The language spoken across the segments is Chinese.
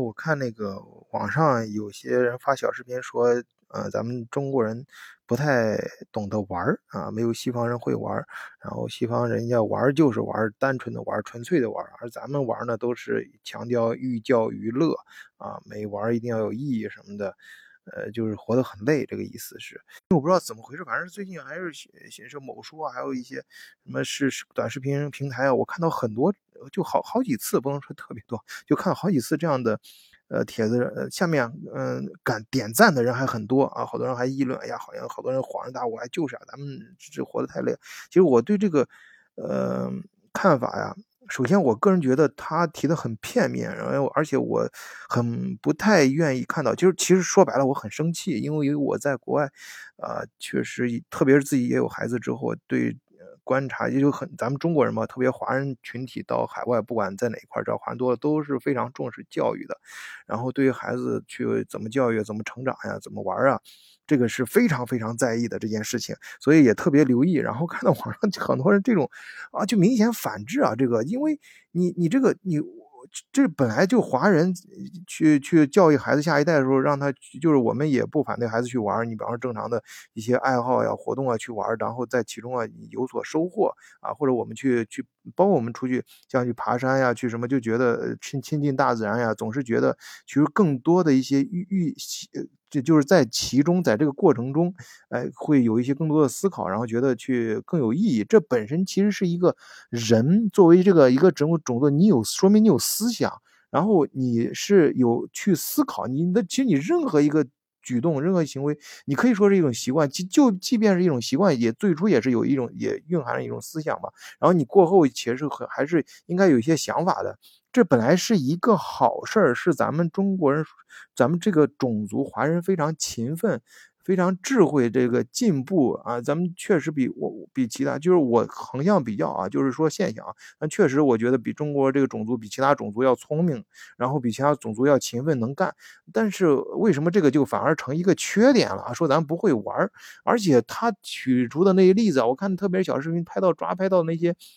我看那个网上有些人发小视频说，咱们中国人不太懂得玩儿啊，没有西方人会玩儿。然后西方人家玩儿就是玩儿，单纯的玩儿，纯粹的玩儿，而咱们玩儿呢都是强调寓教于乐啊，每玩儿一定要有意义什么的，就是活得很累，这个意思是。我不知道怎么回事，反正最近还是显示某书啊，还有一些什么是短视频平台啊，我看到很多，就好几次，不能说特别多，就看好几次这样的帖子，下面敢点赞的人还很多啊，好多人还议论，哎呀，好像好多人恍然大悟，哎，就是啊，咱们这活得太累了。其实我对这个呃看法呀，首先我个人觉得他提的很片面，然后而且我很不太愿意看到，就是其实说白了我很生气，因为我在国外，确实特别是自己也有孩子之后，对观察也就咱们中国人嘛，特别华人群体到海外，不管在哪一块儿，只要华人多了，都是非常重视教育的。然后对于孩子去怎么教育、怎么成长呀、怎么玩儿啊，这个是非常非常在意的这件事情，所以也特别留意。然后看到网上很多人这种啊，就明显反制啊，这个，因为你这个这本来就华人去教育孩子下一代的时候，让他就是我们也不反对孩子去玩儿，你比方说正常的一些爱好呀、活动啊去玩儿，然后在其中啊有所收获啊，或者我们包括我们出去像去爬山呀，去什么就觉得亲近大自然呀，总是觉得其实更多的一些这就是在其中，在这个过程中，会有一些更多的思考，然后觉得去更有意义。这本身其实是一个人作为这个一个整个种族，说明你有思想，然后你是有去思考，其实你任何一个举动、任何行为，你可以说是一种习惯，即便是一种习惯，也最初也是有一种也蕴含了一种思想嘛。然后你过后其实还是应该有一些想法的。这本来是一个好事儿，是咱们中国人，咱们这个种族华人非常勤奋、非常智慧，这个进步啊，咱们确实比其他，就是我横向比较啊，就是说现象啊，那确实我觉得比中国这个种族比其他种族要聪明，然后比其他种族要勤奋能干。但是为什么这个就反而成一个缺点了啊？说咱不会玩儿，而且他举出的那些例子啊，我看特别是小视频抓拍到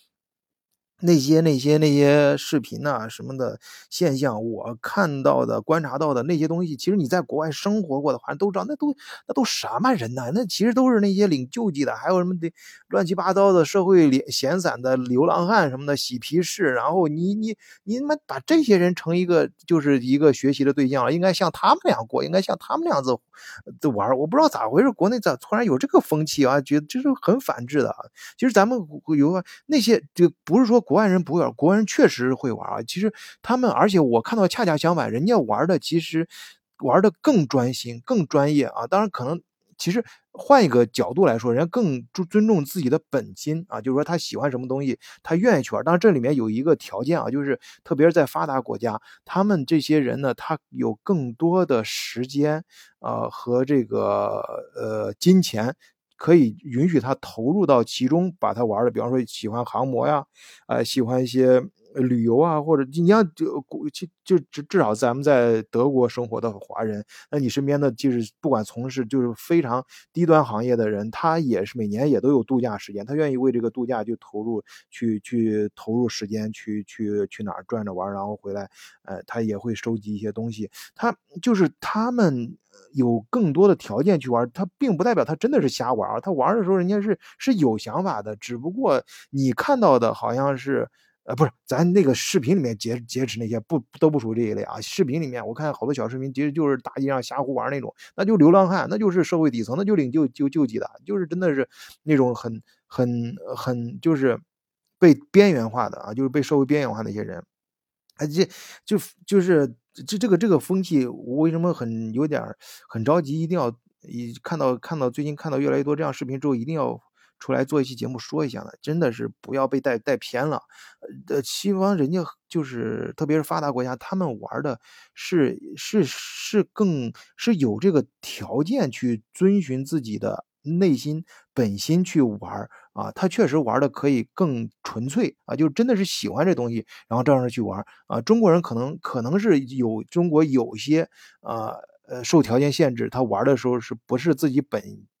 那些视频呐什么的现象，我看到的、观察到的那些东西，其实你在国外生活过的话都知道，那都什么人呐？那其实都是那些领救济的，还有什么的乱七八糟的社会里闲散的流浪汉什么的嬉皮士，然后你他妈把这些人成就是一个学习的对象了，应该像他们那样过，应该像他们那样子玩。我不知道咋回事，国内咋突然有这个风气啊？觉得这是很反智的啊。其实咱们有那些，就不是说国外人不会玩，国外人确实会玩啊。其实他们，而且我看到恰恰相反，人家玩的其实玩的更专心、更专业啊。当然，可能其实换一个角度来说，人家更尊重自己的本心啊，就是说他喜欢什么东西，他愿意去玩。当然，这里面有一个条件啊，就是特别是在发达国家，他们这些人呢，他有更多的时间和这个金钱，可以允许他投入到其中，把他玩的，比方说喜欢航模呀，喜欢一些旅游啊，或者你要就至少咱们在德国生活的华人，那你身边的就是不管从事就是非常低端行业的人，他也是每年也都有度假时间，他愿意为这个度假就去投入时间去哪儿转着玩，然后回来，他也会收集一些东西。他们有更多的条件去玩，他并不代表他真的是瞎玩，他玩的时候人家是有想法的，只不过你看到的好像是。不是，咱那个视频里面截止那些都不属于这一类啊。视频里面我看好多小视频，其实就是大街上瞎胡玩那种，那就流浪汉，那就是社会底层，那就领救济的，就是真的是那种很就是被边缘化的啊，就是被社会边缘化的一些人。这就是这个风气，我为什么有点很着急，一定要看到最近看到越来越多这样视频之后，一定要出来做一期节目说一下呢？真的是不要被带偏了。西方人家就是特别是发达国家，他们玩的更是有这个条件去遵循自己的内心本心去玩啊，他确实玩的可以更纯粹啊，就真的是喜欢这东西，然后照样去玩啊。中国人可能是中国有些受条件限制，他玩的时候是不是自己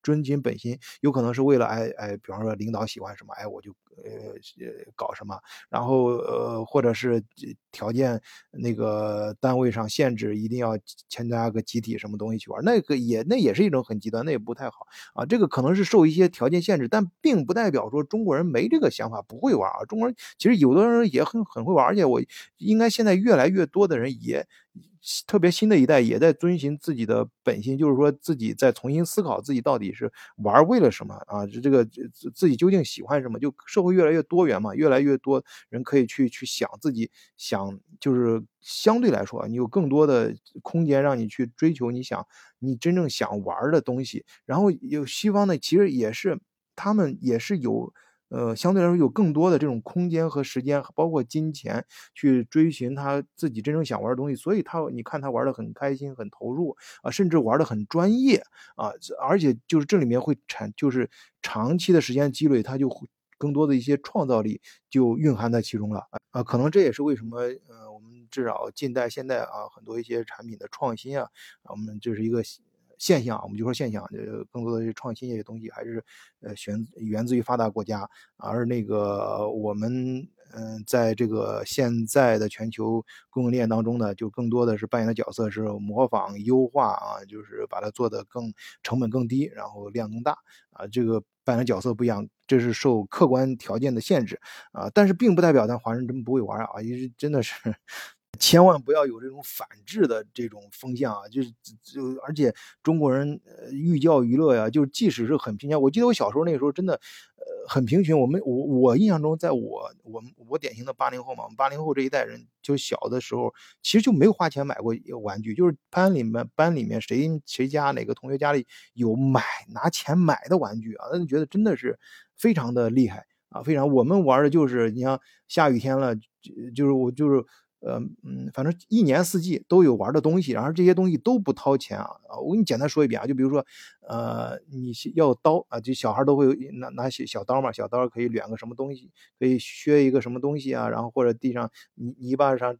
遵循本心，有可能是为了比方说领导喜欢什么，我就搞什么，然后或者是条件那个单位上限制一定要参加个集体什么东西去玩，那也是一种很极端，那也不太好啊。这个可能是受一些条件限制，但并不代表说中国人没这个想法，不会玩啊。中国人其实有的人也很会玩，而且我应该现在越来越多的人也特别新的一代也在遵循自己的本心，就是说自己在重新思考自己到底是玩为了什么啊？这个自己究竟喜欢什么？就社会越来越多元嘛，越来越多人可以去想自己想，就是相对来说啊，你有更多的空间让你去追求你真正想玩的东西。然后有西方呢，其实也是他们也是有相对来说有更多的这种空间和时间，包括金钱去追寻他自己真正想玩的东西，所以你看他玩的很开心、很投入啊，甚至玩的很专业啊，而且就是这里面会就是长期的时间积累，他就会更多的一些创造力就蕴含在其中了啊，可能这也是为什么我们至少近代现代啊，很多一些产品的创新我们这是一个现象，我们就说现象，更多的创新一些东西还是源自于发达国家，而那个我们在这个现在的全球供应链当中呢，就更多的是扮演的角色是模仿优化啊，就是把它做得成本更低，然后量更大啊，这个扮演的角色不一样，这是受客观条件的限制啊，但是并不代表咱华人真不会玩啊，因为真的是千万不要有这种反制的这种风向啊，而且中国人寓教于乐呀，就即使是很贫穷，我记得我小时候那个时候真的很贫穷，我印象中，在我典型的80后嘛，我们80后这一代人，就小的时候其实就没有花钱买过一个玩具，就是班里面谁家哪个同学家里有拿钱买的玩具啊，那就觉得真的是非常的厉害啊，非常我们玩的就是你像下雨天了，就是我就是。反正一年四季都有玩的东西，然后这些东西都不掏钱啊！我给你简单说一遍啊，就比如说，你要刀啊，就小孩都会有拿小刀嘛，小刀可以捋个什么东西，可以削一个什么东西啊，然后或者地上泥巴上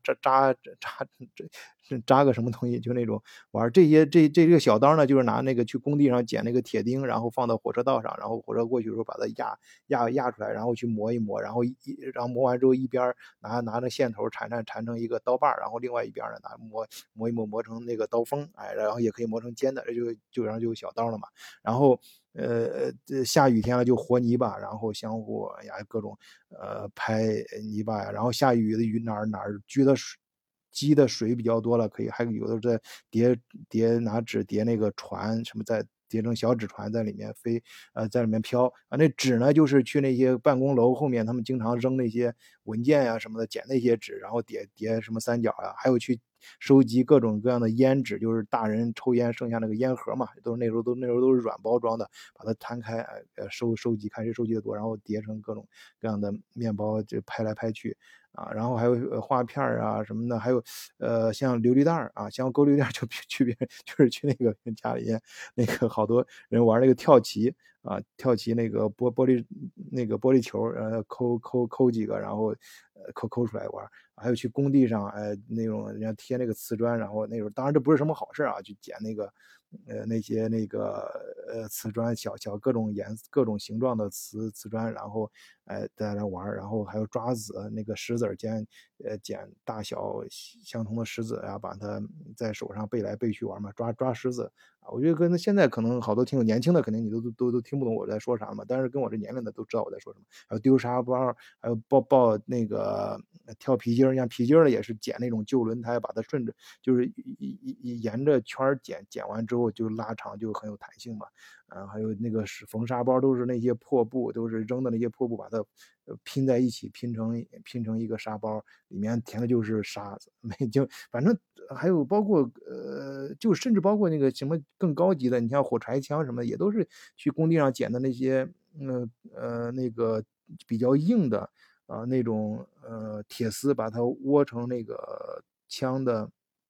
扎个什么东西，就那种玩这个小刀呢，就是拿那个去工地上捡那个铁钉，然后放到火车道上，然后火车过去的时候把它压出来，然后去磨一磨，然后磨完之后一边拿着线头缠成一个刀把，然后另外一边呢磨成那个刀锋，然后也可以磨成尖的，这就有小刀了嘛。然后下雨天了就和泥巴，然后相互各种拍泥巴呀，然后下雨的哪儿积的水比较多了，还有的在拿纸叠那个船，什么再叠成小纸船在里面飞，在里面飘啊。那纸呢，就是去那些办公楼后面，他们经常扔那些文件呀什么的，捡那些纸，然后叠什么三角啊，还有去收集各种各样的烟纸，就是大人抽烟剩下那个烟盒嘛，那时候都是软包装的，把它摊开，收集，看谁收集的多，然后叠成各种各样的面包，就拍来拍去。啊，然后还有画片啊什么的，还有像琉璃袋啊，像勾琉璃袋就是去那个家里面那个好多人玩那个跳棋啊，跳棋那个玻璃球，抠几个，然后抠出来玩，还有去工地上那种人家贴那个瓷砖，然后那种当然这不是什么好事啊，去捡那个那些那个瓷砖小各种各种形状的瓷砖，然后在那玩，然后还有抓子那个石子捡大小相同的石子呀，把它在手上背来背去玩嘛，抓石子啊，我觉得跟现在可能好多听友年轻的肯定你都听不懂我在说啥嘛，但是跟我这年龄的都知道我在说什么，还有丢沙包，还有抱那个跳皮筋像皮筋儿也是捡那种旧轮胎，把它顺着就是沿着圈剪完之后就拉长，就很有弹性嘛。还有那个缝沙包都是那些破布，都是扔的那些破布，把它拼在一起，拼成一个沙包，里面填的就是沙子，就反正还有包括就甚至包括那个什么更高级的，你像火柴枪什么的，也都是去工地上捡的那些那个比较硬的那种铁丝，把它窝成那个枪的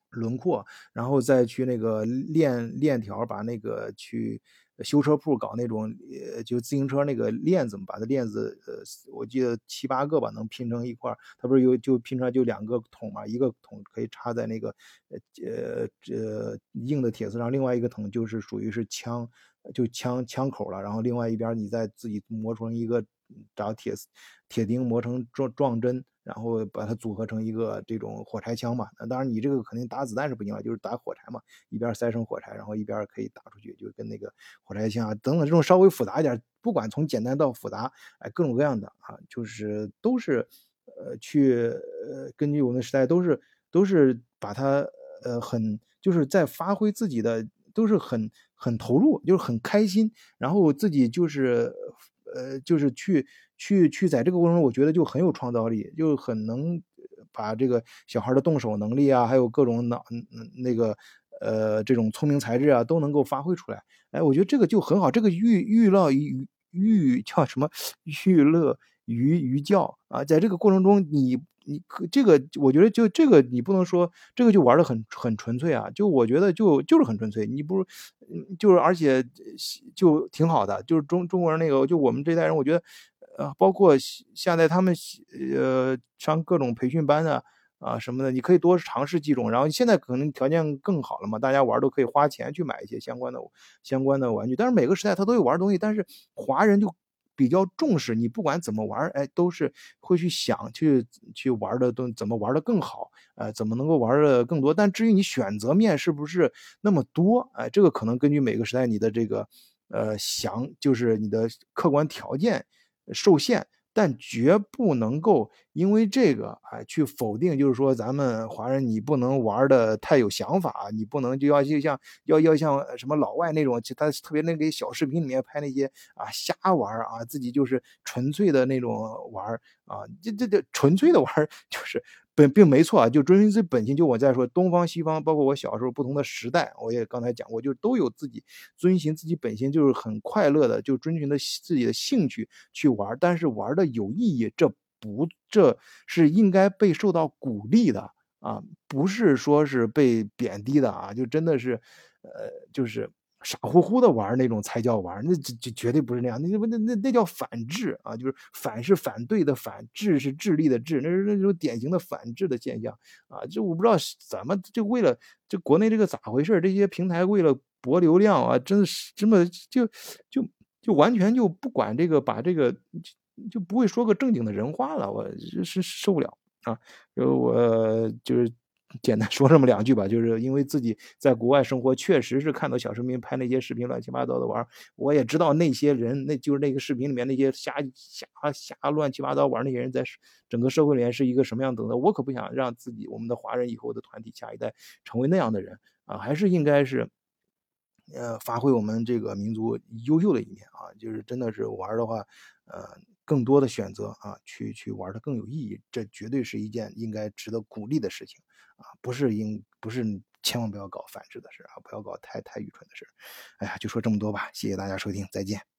轮廓，然后再去那个链条，把那个去修车铺搞那种就自行车那个链子嘛，把它链子我记得七八个吧，能拼成一块儿。它不是就拼出来就两个筒嘛，一个筒可以插在那个硬的铁丝上，另外一个筒就是属于是枪口了，然后另外一边你再自己磨成一个找铁钉磨成撞针，然后把它组合成一个这种火柴枪嘛。那当然你这个肯定打子弹是不行了，就是打火柴嘛，一边塞上火柴，然后一边可以打出去，就跟那个火柴枪啊等等这种稍微复杂一点，不管从简单到复杂，哎，各种各样的啊，就是都是根据我们的时代都是把它就是在发挥自己的，都是很投入，就是很开心，然后自己就是去在这个过程中，我觉得就很有创造力，就很能把这个小孩的动手能力啊，还有各种那个这种聪明才智啊，都能够发挥出来。哎，我觉得这个就很好，这个叫什么娱乐寓教啊，在这个过程中这个我觉得就这个你不能说这个就玩的很纯粹啊，就我觉得就是很纯粹，你不就是而且就挺好的，就是中国人那个就我们这代人，我觉得包括现在他们上各种培训班啊什么的，你可以多尝试几种，然后现在可能条件更好了嘛，大家玩都可以花钱去买一些相关的玩具，但是每个时代它都有玩的东西，但是华人就比较重视，你不管怎么玩，哎，都是会去想去玩的怎么玩的更好，怎么能够玩的更多。但至于你选择面是不是那么多，哎，这个可能根据每个时代你的这个就是你的客观条件受限。但绝不能够因为这个去否定，就是说咱们华人你不能玩的太有想法，你不能就像什么老外那种，他特别那个小视频里面拍那些瞎玩自己就是纯粹的那种玩这纯粹的玩就是并没错啊，就遵循自己本性。就我在说东方西方，包括我小时候不同的时代，我也刚才讲过，就都有自己遵循自己本性，就是很快乐的，就遵循着自己的兴趣去玩，但是玩的有意义，这是应该被受到鼓励的啊，不是说是被贬低的啊，就真的是就是傻乎乎的玩那种才叫玩，那这绝对不是那样，那叫反智啊，就是反是反对的反，智是智力的智，那是那种典型的反智的现象啊。这我不知道怎么就为了这国内这个咋回事，这些平台为了博流量啊，真的是这么就就完全就不管这个，把这个就不会说个正经的人话了，我是受不了啊！我就是简单说这么两句吧，就是因为自己在国外生活，确实是看到小视频拍那些视频乱七八糟的玩我也知道那些人，那就是那个视频里面那些瞎乱七八糟玩那些人，在整个社会里面是一个什么样的。我可不想让我们的华人以后的团体下一代成为那样的人啊，还是应该是发挥我们这个民族优秀的一面啊，就是真的是玩的话，更多的选择啊，去玩的更有意义，这绝对是一件应该值得鼓励的事情啊，不是千万不要搞反智的事啊，不要搞太愚蠢的事。哎呀，就说这么多吧，谢谢大家收听，再见。